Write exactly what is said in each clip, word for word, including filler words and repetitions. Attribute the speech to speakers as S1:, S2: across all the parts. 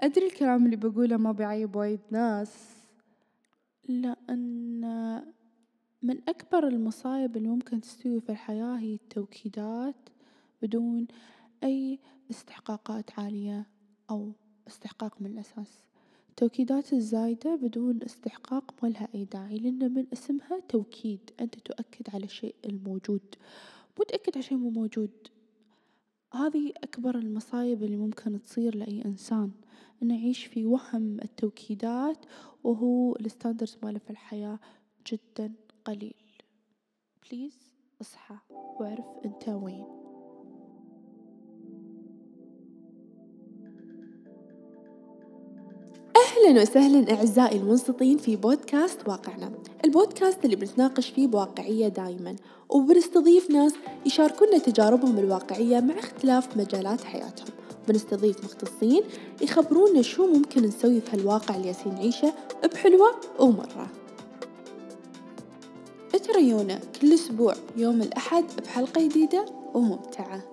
S1: أدري الكلام اللي بقوله ما بيعيب وايد ناس، لأن من أكبر المصايب اللي ممكن تستوي في الحياة هي التوكيدات بدون أي استحقاقات عالية أو استحقاق من الأساس. التوكيدات الزايدة بدون استحقاق ما لها أي داعي، لأن من اسمها توكيد، أنت تؤكد على الشيء الموجود، مو تأكد على شيء مو موجود. هذه أكبر المصايب اللي ممكن تصير لأي إنسان، إنه يعيش في وهم التوكيدات وهو الستاندرز ماله في الحياة جدا قليل. بليز اصحى واعرف أنت وين.
S2: أهلا وسهلا أعزائي المنصتين في بودكاست واقعنا، البودكاست اللي بنتناقش فيه بواقعية دايما، وبنستضيف ناس يشاركونا تجاربهم الواقعية مع اختلاف مجالات حياتهم. بنستضيف مختصين يخبرونا شو ممكن نسوي في هالواقع اللي ياسين نعيشه بحلوة ومرة. اتريونا كل أسبوع يوم الأحد بحلقة جديدة وممتعة.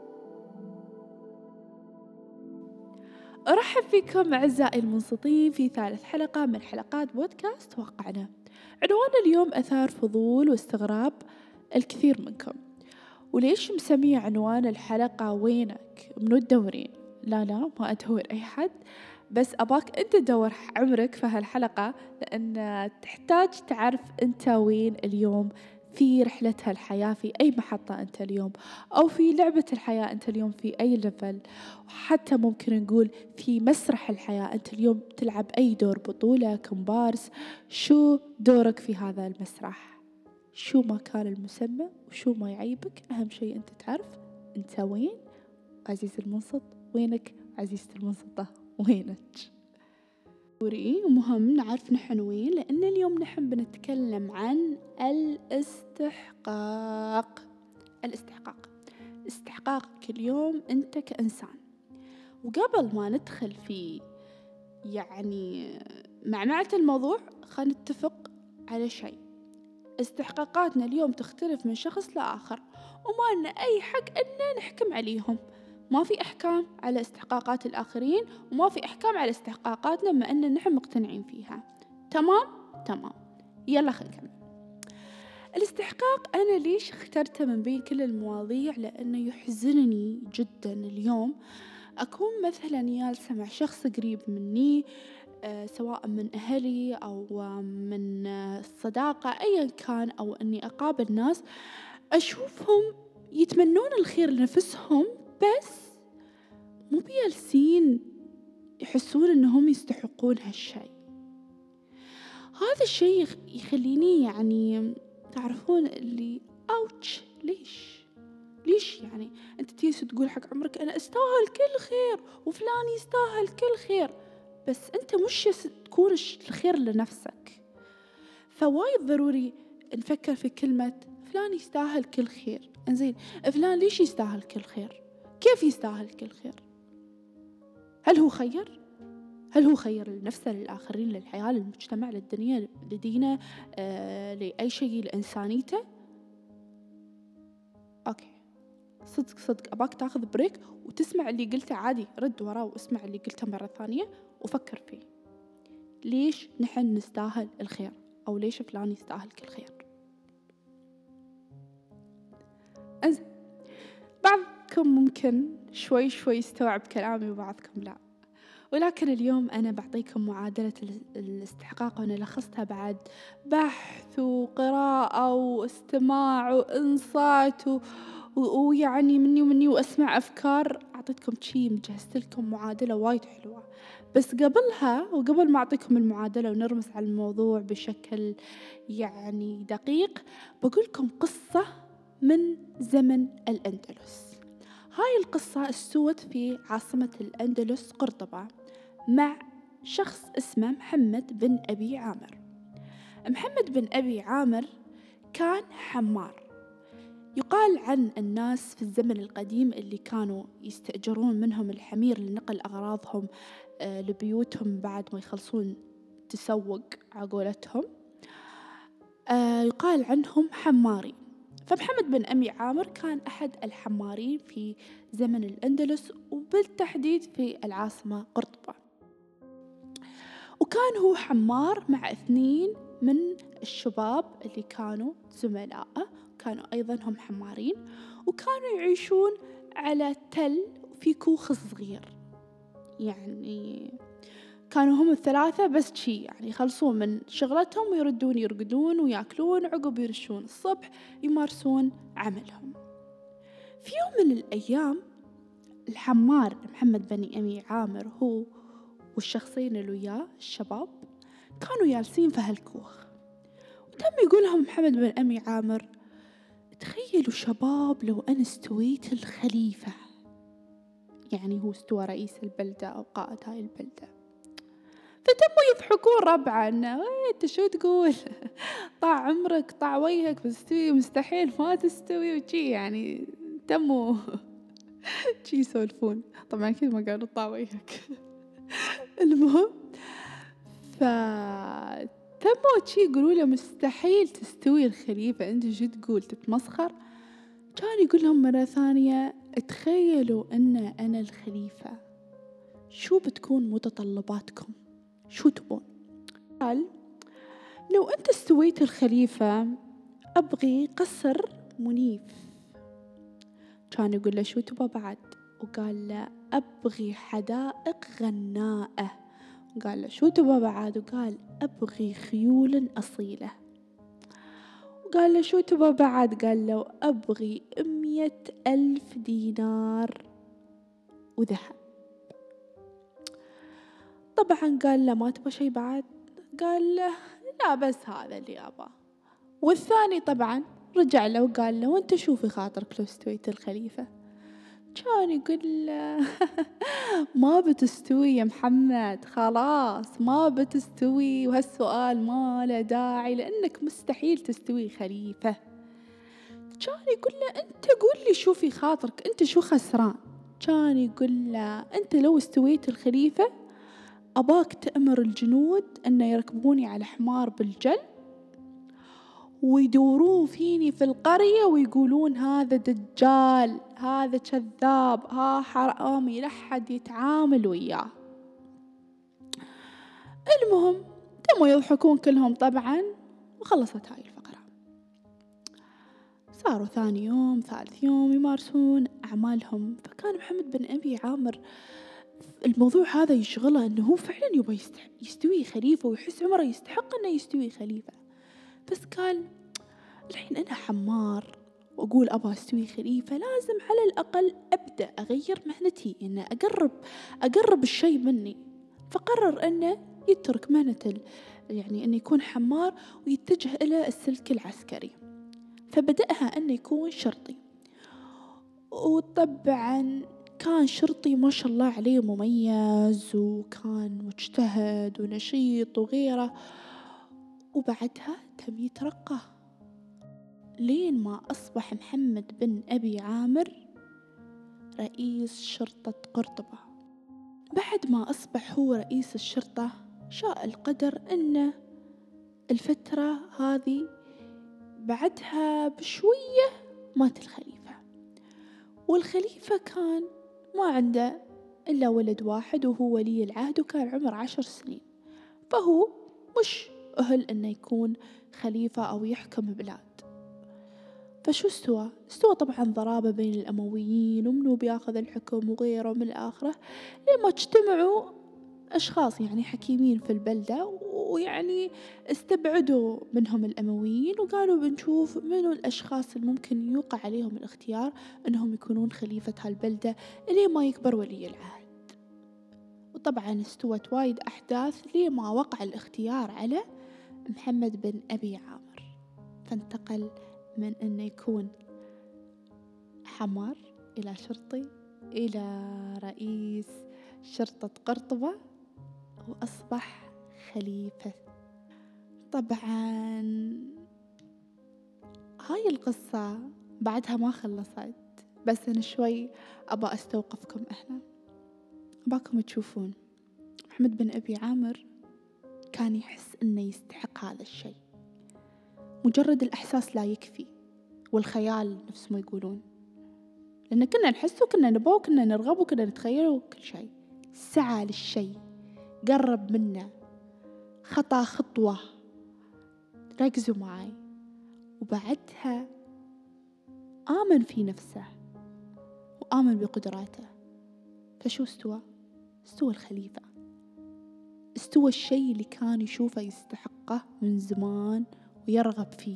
S1: أرحب فيكم أعزائي المنصتين في ثالث حلقة من حلقات بودكاست واقعنا. عنوان اليوم أثار فضول واستغراب الكثير منكم. وليش مسمية عنوان الحلقة وينك؟ منو تدورين؟ لا لا ما أدور أي حد، بس أباك أنت تدور عمرك في هالحلقة، لأن تحتاج تعرف أنت وين اليوم في رحلة هالحياة، في أي محطة أنت اليوم، أو في لعبة الحياة أنت اليوم في أي ليفل، وحتى ممكن نقول في مسرح الحياة أنت اليوم تلعب أي دور، بطولة، كومبارس، شو دورك في هذا المسرح؟ شو ما كان المسمى وشو ما يعيبك، أهم شيء أنت تعرف أنت وين. عزيز المنصت وينك؟ عزيزة المنصتة وينك؟ ضروري ومهم نعرف نحن وين، لأن اليوم نحن بنتكلم عن الاستحقاق. الاستحقاق استحقاقك اليوم أنت كإنسان. وقبل ما ندخل في يعني معمعة الموضوع، خلينا نتفق على شيء. استحقاقاتنا اليوم تختلف من شخص لآخر، وما لنا أي حق أن نحكم عليهم. ما في إحكام على استحقاقات الآخرين، وما في إحكام على استحقاقاتنا بما أن نحن مقتنعين فيها. تمام؟ تمام. يلا خلينا نكمل. الاستحقاق أنا ليش اخترته من بين كل المواضيع؟ لأنه يحزنني جدا اليوم أكون مثلا جالسة مع شخص قريب مني، أه سواء من أهلي أو من الصداقة أيا كان، أو أني أقابل ناس أشوفهم يتمنون الخير لنفسهم، بس مو بيالسين يحسون أنهم يستحقون هالشيء. هذا الشيء يخليني يعني تعرفون اللي أوتش. ليش ليش يعني أنت تيجي تقول حق عمرك أنا أستاهل كل خير وفلان يستاهل كل خير، بس أنت مش تكون الخير لنفسك. فوايد ضروري نفكر في كلمة فلان يستاهل كل خير. انزين، فلان ليش يستاهل كل خير؟ كيف يستاهل كل خير؟ هل هو خير؟ هل هو خير لنفسه، للآخرين، للحياة، للمجتمع، للدنيا، لدينه، آه، لأي شيء، لإنسانيته؟ أوكي، صدق صدق أباك تاخذ بريك وتسمع اللي قلته، عادي رد وراه واسمع اللي قلته مرة ثانية وفكر فيه. ليش نحن نستاهل الخير؟ أو ليش فلان يستاهل كل خير؟ أنزين، بعضكم ممكن شوي شوي يستوعب كلامي وبعضكم لا، ولكن اليوم أنا بعطيكم معادلة الاستحقاق، وأنا لخصتها بعد بحث وقراءة واستماع وإنصات ويعني مني ومني وأسمع أفكار. أعطيتكم شي، مجهزت لكم معادلة وايد حلوة. بس قبلها وقبل ما أعطيكم المعادلة ونرمس على الموضوع بشكل يعني دقيق، بقولكم قصة من زمن الأندلس. هاي القصة استوت في عاصمة الأندلس قرطبة مع شخص اسمه محمد بن أبي عامر. محمد بن أبي عامر كان حمار. يقال عن الناس في الزمن القديم اللي كانوا يستأجرون منهم الحمير لنقل أغراضهم آه لبيوتهم بعد ما يخلصون تسوق عقولتهم، آه يقال عنهم حمارين. فمحمد بن أبي عامر كان أحد الحمارين في زمن الأندلس، وبالتحديد في العاصمة قرطبة. وكان هو حمار مع اثنين من الشباب اللي كانوا زملائه، كانوا أيضا هم حمارين، وكانوا يعيشون على تل في كوخ صغير. يعني كانوا هم الثلاثة بس شي، يعني يخلصون من شغلتهم ويردون يرقدون ويأكلون، عقب يرشون الصبح يمارسون عملهم. في يوم من الأيام الحمار محمد بن أبي عامر هو والشخصين اللي وياه الشباب كانوا جالسين في هالكوخ، وتم يقول لهم محمد بن أبي عامر: تخيلوا شباب لو أنا استويت الخليفة، يعني هو استوى رئيس البلدة أو قائد هاي البلدة. فتموا يضحكون ربعا: انت شو تقول؟ طاع عمرك طاع وجهك بتستوي، مستحيل ما تستوي وشي، يعني تموا شي يسولفون. طبعا أكيد ما قالوا طاع وجهك. المهم فتموا شي يقولوا له مستحيل تستوي الخليفة، انت شو تقول تتمسخر؟ كان يقول لهم مرة ثانية: تخيلوا ان انا الخليفة، شو بتكون متطلباتكم؟ شو تبون؟ قال: لو أنت استويت الخليفة أبغي قصر منيف. كان يقول له: شو تبى بعد؟ وقال له: أبغي حدائق غناءة. وقال له: شو تبى بعد؟ وقال: أبغي خيول أصيلة. وقال له: شو تبى بعد؟ قال له: أبغي مية ألف دينار وذهب. طبعا قال له: ما تبى شي بعد؟ قال له: لا بس هذا اللي أباه. والثاني طبعا رجع له وقال له: وانت شو في خاطرك لو استويت الخليفة؟ كان يقول له: ما بتستوي يا محمد، خلاص ما بتستوي، وهالسؤال ما له داعي لأنك مستحيل تستوي خليفة. كان يقول له: انت قول لي شو في خاطرك، انت شو خسران؟ كان يقول له: انت لو استويت الخليفة أباك تأمر الجنود أن يركبوني على حمار بالجل ويدورون فيني في القرية ويقولون هذا دجال، هذا كذاب، ها حرامي، لا حد يتعامل وياه. المهم تموا يضحكون كلهم طبعا، وخلصت هاي الفقرة. صاروا ثاني يوم ثالث يوم يمارسون أعمالهم. فكان محمد بن أبي عامر الموضوع هذا يشغله، أنه هو فعلا يبغى يستوي خليفة ويحس عمره يستحق أنه يستوي خليفة. بس قال: الحين أنا حمار وأقول أبغى أستوي خليفة، لازم على الأقل أبدأ أغير مهنتي، إنه أقرب أقرب الشيء مني. فقرر أنه يترك مهنة ال... يعني أنه يكون حمار ويتجه إلى السلك العسكري. فبدأها أنه يكون شرطي، وطبعا كان شرطي ما شاء الله عليه مميز، وكان مجتهد ونشيط وغيره. وبعدها تم يترقى لين ما أصبح محمد بن أبي عامر رئيس شرطة قرطبة. بعد ما أصبح هو رئيس الشرطة، شاء القدر أن الفترة هذه بعدها بشوية مات الخليفة. والخليفة كان ما عنده إلا ولد واحد وهو ولي العهد، وكان عمره عشر سنين، فهو مش أهل أنه يكون خليفة أو يحكم بلاد. فشو استوى؟ استوى طبعا ضرابة بين الأمويين ومنو بياخذ الحكم وغيره من الآخرة، لما اجتمعوا أشخاص يعني حكيمين في البلدة، ويعني استبعدوا منهم الأمويين وقالوا بنشوف منو الأشخاص اللي ممكن يوقع عليهم الاختيار أنهم يكونون خليفة هالبلدة إلى ما يكبر ولي العهد. وطبعا استوت وايد أحداث لما وقع الاختيار على محمد بن أبي عامر، فانتقل من أنه يكون حمار إلى شرطي إلى رئيس شرطة قرطبة، وأصبح خليفة. طبعا هاي القصة بعدها ما خلصت، بس أنا شوي أبى أستوقفكم. إحنا أباكم تشوفون محمد بن أبي عامر كان يحس أنه يستحق هذا الشيء. مجرد الإحساس لا يكفي، والخيال نفس ما يقولون، لأن كنا نحس وكنا نبغى وكنا نرغب وكنا نتخيل وكل شيء. سعى للشيء، قرب منه، خطأ خطوة، ركزوا معي. وبعدها آمن في نفسه وآمن بقدراته. فشو استوى؟ استوى الخليفة، استوى الشيء اللي كان يشوفه يستحقه من زمان ويرغب فيه.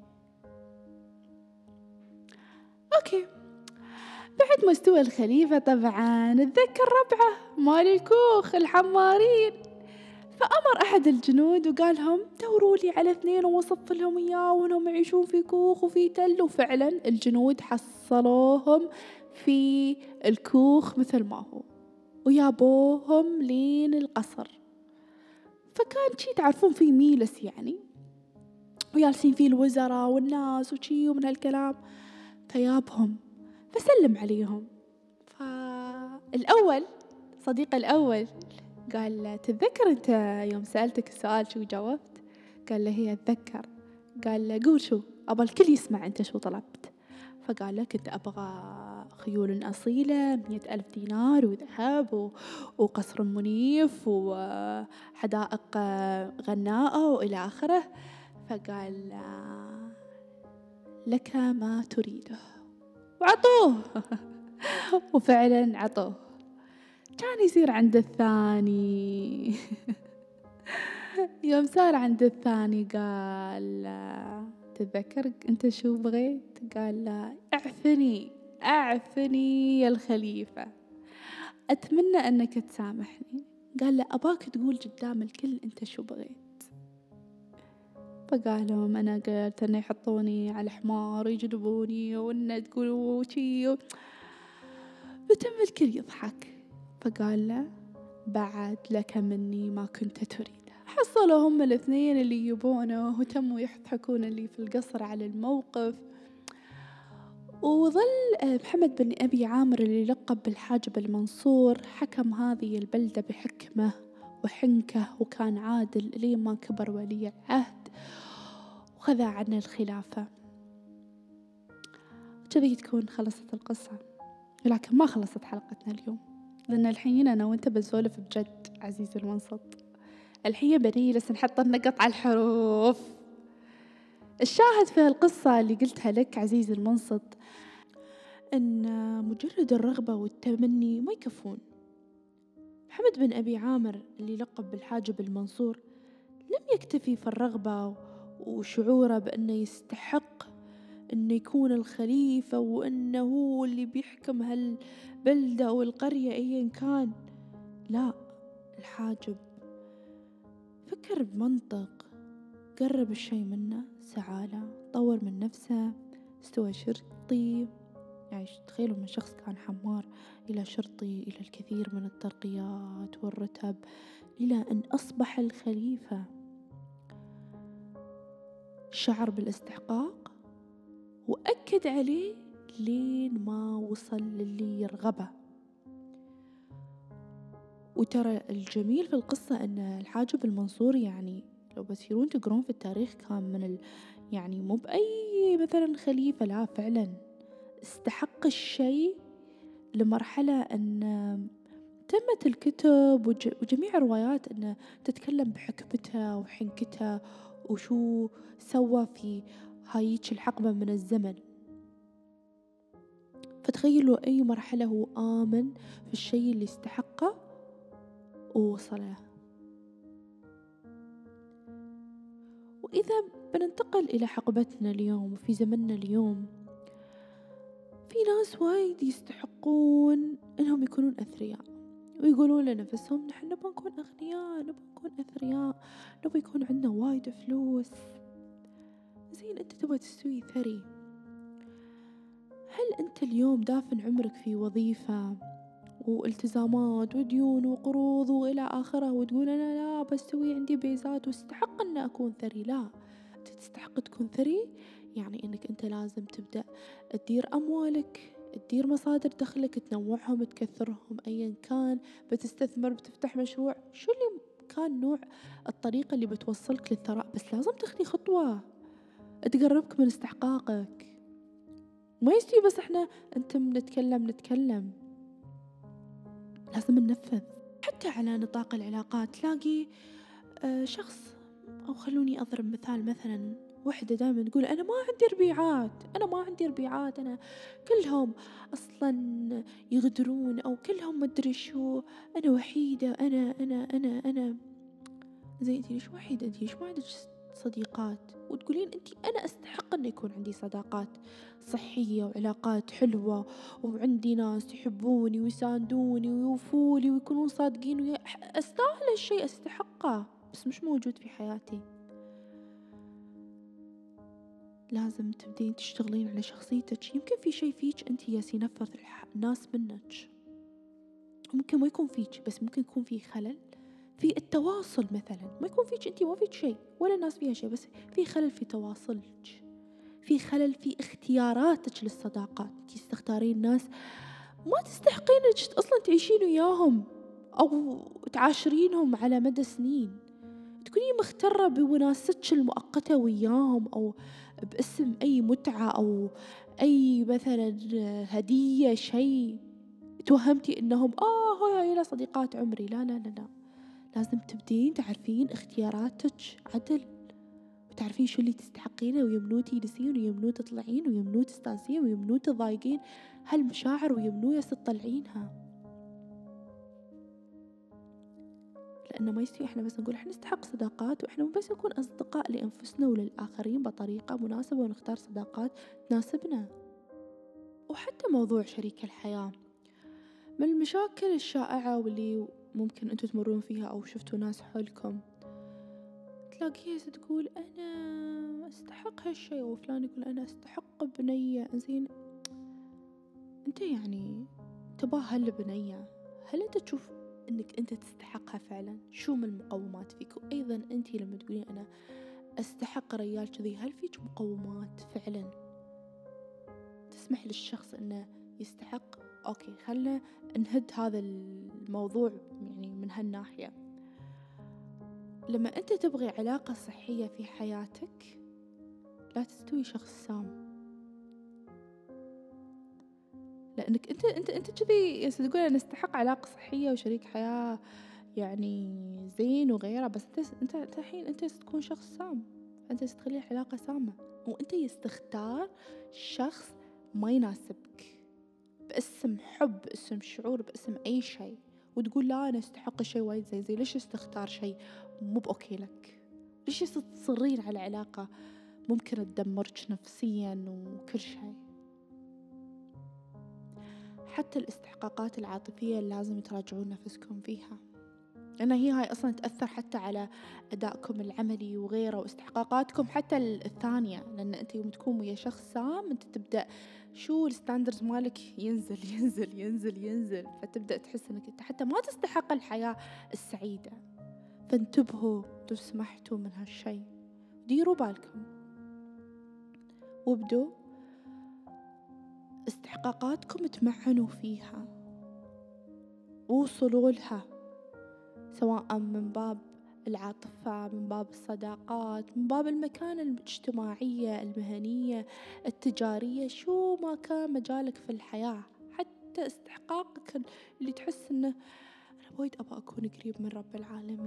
S1: أوكي، بعد ما استوى الخليفة طبعا اتذكر ربعه مال الكوخ الحمارين، فأمر أحد الجنود وقالهم دوروا لي على اثنين ووصف لهم إياه وهم يعيشون في كوخ وفي تل. وفعلا الجنود حصلوهم في الكوخ مثل ما هو ويابوهم لين القصر. فكان شي تعرفون فيه ميلس يعني، ويالسين فيه الوزراء والناس وشي ومن هالكلام. فيابهم فسلم عليهم. فالأول صديق الأول قال له تتذكر أنت يوم سألتك السؤال شو جاوبت؟ قال له هي أتذكر. قال له قول شو، أبا الكل يسمع أنت شو طلبت. فقال له كنت أبغى خيول أصيلة مئة ألف دينار وذهب و... وقصر منيف وحدائق غناءة وإلى آخره. فقال لك ما تريده، وعطوه. وفعلا عطوه. كان يصير عند الثاني. يوم صار عند الثاني قال تتذكر أنت شو بغيت؟ قال لا اعفني اعفني يا الخليفة، أتمنى أنك تسامحني. قال له أباك تقول قدام الكل أنت شو بغيت. فقال لهم أنا قلت أن يحطوني على حمار يجلبوني وأن تقولوا شي. بتم الكل يضحك. فقال له بعد لك مني ما كنت تريده. حصلوا هم الاثنين اللي يبونه وتموا يضحكون اللي في القصر على الموقف. وظل محمد بن أبي عامر اللي لقب بالحاجب المنصور حكم هذه البلدة بحكمة وحنكة، وكان عادل لين ما كبر ولي العهد وخذ عنه الخلافة. كذي تكون خلصت القصة، لكن ما خلصت حلقتنا اليوم، لأن الحين أنا وأنت بنسولف بجد عزيزي المنصت. الحين بنجلس نحط النقط على الحروف. الشاهد في القصة اللي قلتها لك عزيزي المنصت أن مجرد الرغبة والتمني ما يكفون. محمد بن أبي عامر اللي لقب بالحاجب المنصور لم يكتفي في الرغبة وشعوره بأنه يستحق أنه يكون الخليفة وأنه هو اللي بيحكم هالبلدة أو القرية أيا كان. لا، الحاجب فكر بمنطق، قرب الشيء منه، سعاله، طور من نفسه، استوى شرطي. يعني تخيلوا من شخص كان حمار إلى شرطي، إلى الكثير من الترقيات والرتب، إلى أن أصبح الخليفة. شعر بالاستحقاق وأكد عليه لين ما وصل للي يرغبه. وترى الجميل في القصة أن الحاجب المنصور يعني لو بتصيرون تقرون في التاريخ كان من ال... يعني مو بأي مثلا خليفة، لا فعلا استحق الشيء لمرحلة أن تمت الكتب وج... وجميع الروايات أن تتكلم بحكمته وحنكته وشو سوى في هايك الحقبة من الزمن. فتخيلوا أي مرحلة هو آمن في الشيء اللي استحقه ووصله. وإذا بننتقل إلى حقبتنا اليوم وفي زمننا اليوم، في ناس وايد يستحقون إنهم يكونون أثرياء ويقولون لنفسهم نحن نبغى نكون أغنياء، نبغى نكون أثرياء، نبغى يكون عندنا وايد فلوس. زين، أنت تبغى تستوي ثري، هل أنت اليوم دافن عمرك في وظيفة والتزامات وديون وقروض وإلى آخره وتقول أنا لا بستوي عندي بيزات واستحق أن أكون ثري؟ لا، أنت تستحق تكون ثري يعني أنك أنت لازم تبدأ تدير أموالك، تدير مصادر دخلك، تنوعهم، تكثرهم أيا كان. بتستثمر، بتفتح مشروع، شو اللي كان نوع الطريقة اللي بتوصلك للثراء، بس لازم تخلي خطوة تقربك من استحقاقك. ما يستوي بس احنا انت نتكلم نتكلم لازم ننفذ. حتى على نطاق العلاقات تلاقي
S2: أه شخص، أو خلوني أضرب مثال، مثلا وحدة دائما تقول أنا ما عندي ربيعات، أنا ما عندي ربيعات، أنا كلهم أصلا يغدرون، أو كلهم مدري شو، أنا وحيدة، أنا أنا أنا أنا زي أنتي ليش وحيدة؟ أنتي ليش ما عندك صديقات؟ وتقولين أنتي أنا أستحق أن يكون عندي صداقات صحية وعلاقات حلوة، وعندي ناس يحبوني ويساندوني ويوفولي ويكونون صادقين ويا أستاهل هالشي، أستحقه، بس مش موجود في حياتي. لازم تبدين تشتغلين على شخصيتك. يمكن في شي فيك أنتي ياس ينفر الناس منك، ممكن ما يكون فيك، بس ممكن يكون في خلل في التواصل. مثلا ما يكون فيك أنتي ما فيك شيء ولا الناس فيها شيء، بس في خلل في تواصلك، في خلل في اختياراتك للصداقات. أنتي تختارين ناس ما تستحقين انك اصلا تعيشين وياهم او تعاشرينهم على مدى سنين، تكونين مخترة بوناستك المؤقتة وياهم، او باسم اي متعة او اي مثلا هدية، شيء توهمتي انهم اه هاي هاي صديقات عمري. لا لا لا لا، لازم تبدين تعرفين اختياراتك عدل، وتعرفين شو اللي تستحقينه، ويمنو تجلسين ويمنو تطلعين ويمنو تستانسين ويمنو تضايقين هالمشاعر، ويمنو يس تطلعينها. لأنه ما يستوي إحنا بس نقول إحنا نستحق صداقات، وإحنا بس نكون أصدقاء لأنفسنا وللآخرين بطريقة مناسبة، ونختار صداقات تناسبنا. وحتى موضوع شريك الحياة من المشاكل الشائعة واللي ممكن أنتوا تمرون فيها أو شفتوا ناس حولكم، تلاقيها تقول أنا أستحق هالشي، وفلان يقول أنا أستحق بنية. إنزين أنت يعني تباه هالبنية، هل أنت تشوف أنك أنت تستحقها فعلا؟ شو من المقومات فيك؟ وأيضا أنت لما تقولين أنا أستحق ريال كذي، هل فيك مقومات فعلا تسمح للشخص أنه يستحق؟ أوكي، خلنا نهد هذا الموضوع يعني من هالناحية. لما أنت تبغي علاقة صحية في حياتك، لا تستوي شخص سام، لأنك أنت أنت أنت كذي تقول أنا أستحق علاقة صحية وشريك حياة يعني زين وغيره، بس أنت أنت أنت الحين أنت تكون شخص سام، أنت تخلي العلاقة سامة، وأنت يستختار شخص ما يناسبك باسم حب، باسم شعور، باسم أي شيء، وتقول لا أنا أستحق شيء وايد زي زي. ليش تختار شيء مو بأوكي لك؟ ليش تصرين على علاقة ممكن تدمرك نفسيا وكل شيء؟ حتى الاستحقاقات العاطفية لازم تراجعون نفسكم فيها، لأن هي هاي أصلا تأثر حتى على أدائكم العملي وغيره، واستحقاقاتكم حتى الثانية. لأن أنت يوم تكون ويا شخص سام، أنت تبدأ شو الستاندرز مالك ينزل ينزل ينزل ينزل، فتبدأ تحس أنك أنت حتى ما تستحق الحياة السعيدة. فانتبهوا لو سمحتوا من هالشي، ديروا بالكم، وابدوا استحقاقاتكم تمعنوا فيها، وصلوا لها، سواء من باب العاطفة، من باب الصداقات، من باب المكانة الاجتماعية، المهنية، التجارية، شو ما كان مجالك في الحياة. حتى استحقاقك اللي تحس انه انا وايد ابغى اكون قريب من رب العالمين.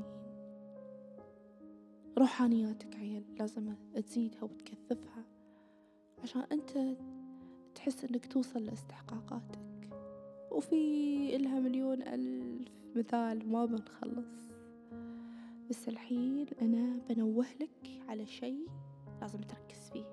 S2: روحانياتك عيل لازم تزيدها وتكثفها، عشان انت تحس انك توصل لاستحقاقاتك. وفي إلها مليون ألف مثال ما بنخلص، بس الحين أنا بنوه لك على شيء لازم تركز فيه.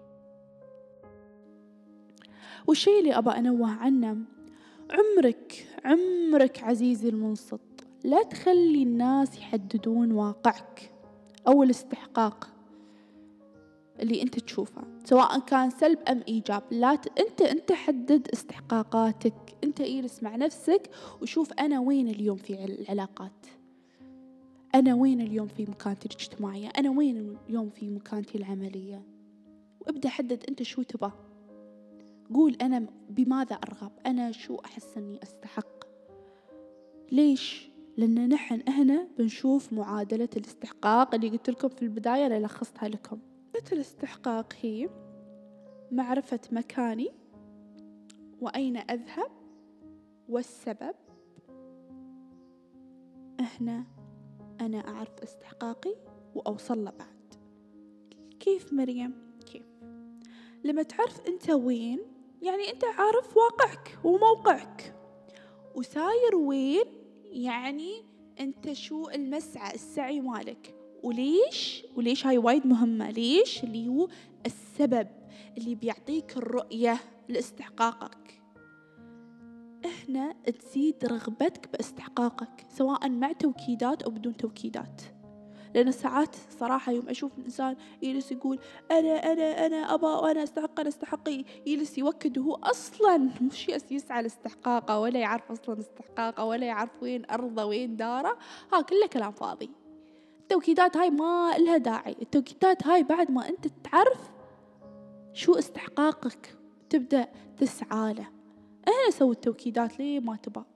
S2: والشيء اللي أبى أنوه عنه، عمرك عمرك عزيزي المنصت لا تخلي الناس يحددون واقعك أو الاستحقاق اللي أنت تشوفه، سواء كان سلب أم إيجاب. لا ت... أنت أنت حدد استحقاقاتك، أنت اجلس مع نفسك وشوف أنا وين اليوم في العلاقات، أنا وين اليوم في مكانتي الاجتماعية، أنا وين اليوم في مكانتي العملية، وابدأ حدد أنت شو تبغى. قول أنا بماذا أرغب، أنا شو أحس أني أستحق. ليش؟ لأن نحن هنا بنشوف معادلة الاستحقاق اللي قلت لكم في البداية، اللي لخصتها لكم. الاستحقاق هي معرفة مكاني وأين أذهب والسبب. هنا أنا أعرف استحقاقي
S1: وأوصل له بعد. كيف مريم؟ كيف؟ لما تعرف أنت وين، يعني أنت عارف واقعك وموقعك وساير وين، يعني أنت شو المسعى السعي مالك وليش. وليش هاي وايد مهمة. ليش اللي هو السبب اللي بيعطيك الرؤية لاستحقاقك. هنا تزيد رغبتك باستحقاقك سواء مع توكيدات أو بدون توكيدات. لأن ساعات صراحة يوم أشوف الإنسان يجلس يقول أنا أنا أنا أبا وأنا أستحق أنا أستحقي، يجلس يوكد وهو أصلا مش يسعى لاستحقاقه ولا يعرف أصلا استحقاقه ولا يعرف وين أرضه وين داره. ها كله كلام فاضي. التوكيدات هاي ما لها داعي. التوكيدات هاي بعد ما أنت تعرف شو استحقاقك تبدأ تسعى له. أنا سوي التوكيدات ليه ما تبا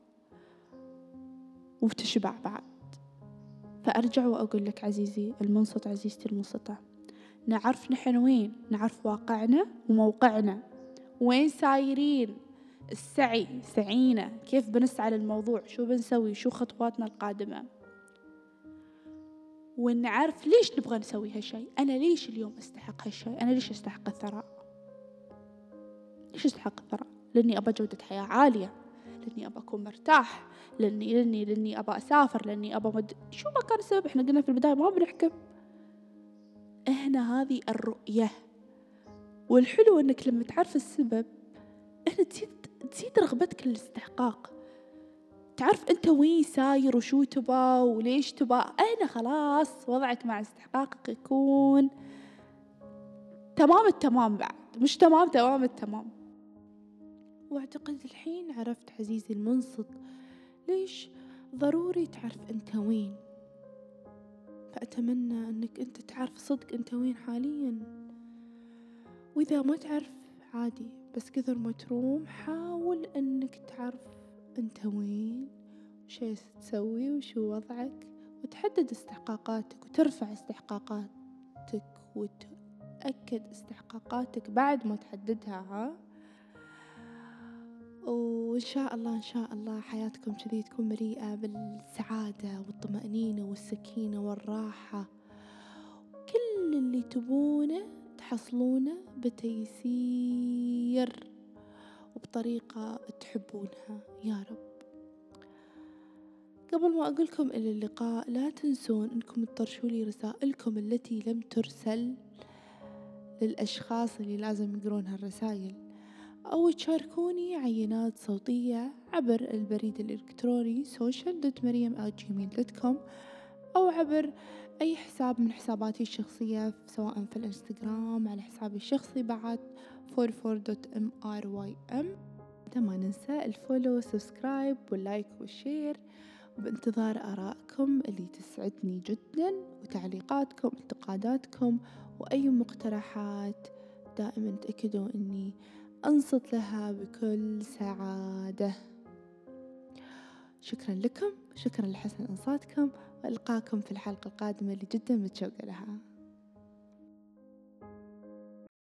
S1: وبتشبع بعد. فأرجع وأقول لك عزيزي المنصت، عزيزتي المنصتة، نعرف نحن وين، نعرف واقعنا وموقعنا، وين سايرين، السعي سعينا، كيف بنسعى للموضوع، شو بنسوي، شو خطواتنا القادمة، ونعرف ليش نبغى نسوي هالشيء. أنا ليش اليوم أستحق هالشيء؟ أنا ليش أستحق الثراء؟ ليش أستحق الثراء؟ لأني أبى جودة حياة عالية، لأني أبى أكون مرتاح، لأني لأني لأني أبى أسافر، لأني أبى مد... شو ما كان السبب. إحنا قلنا في البداية ما بنحكم. إحنا هذه الرؤية. والحلو إنك لما تعرف السبب إحنا تزيد تزيد رغبتك للاستحقاق. تعرف أنت وين ساير وشو تبى وليش تبى. أنا خلاص وضعك مع استحقاقك يكون تمام التمام، بعد مش تمام تمام التمام.
S2: واعتقد الحين عرفت عزيزي المنصت ليش ضروري تعرف أنت وين. فأتمنى أنك أنت تعرف صدق أنت وين حاليا، وإذا ما تعرف عادي، بس كثر ما تروم حاول أنك تعرف أنت وين وش تسوي وشو وضعك، وتحدد استحقاقاتك وترفع استحقاقاتك وتأكد استحقاقاتك بعد ما تحددها. ها وإن شاء الله إن شاء الله حياتكم كذي تكون مليئة بالسعادة والطمأنينة والسكينة والراحة. كل اللي تبونه تحصلونه بتيسير وبطريقة تحبونها يا رب. قبل ما أقولكم إلى اللقاء لا تنسون أنكم تطرشوا لي رسائلكم التي لم ترسل للأشخاص اللي لازم يقرون هالرسائل، أو تشاركوني عينات صوتية عبر البريد الإلكتروني social dot mariam at gmail dot com أو عبر أي حساب من حساباتي الشخصية سواء في الإنستغرام على حسابي الشخصي بعد فور فور دوت إم آر واي إم. ما ننسى الفولو سبسكرايب واللايك والشير، وبانتظار آرائكم اللي تسعدني جدا وتعليقاتكم انتقاداتكم وأي مقترحات. دائما تأكدوا أني أنصت لها بكل سعادة. شكرا لكم، شكرا لحسن إنصاتكم، وألقاكم في الحلقة القادمة اللي جدا متشوقة لها.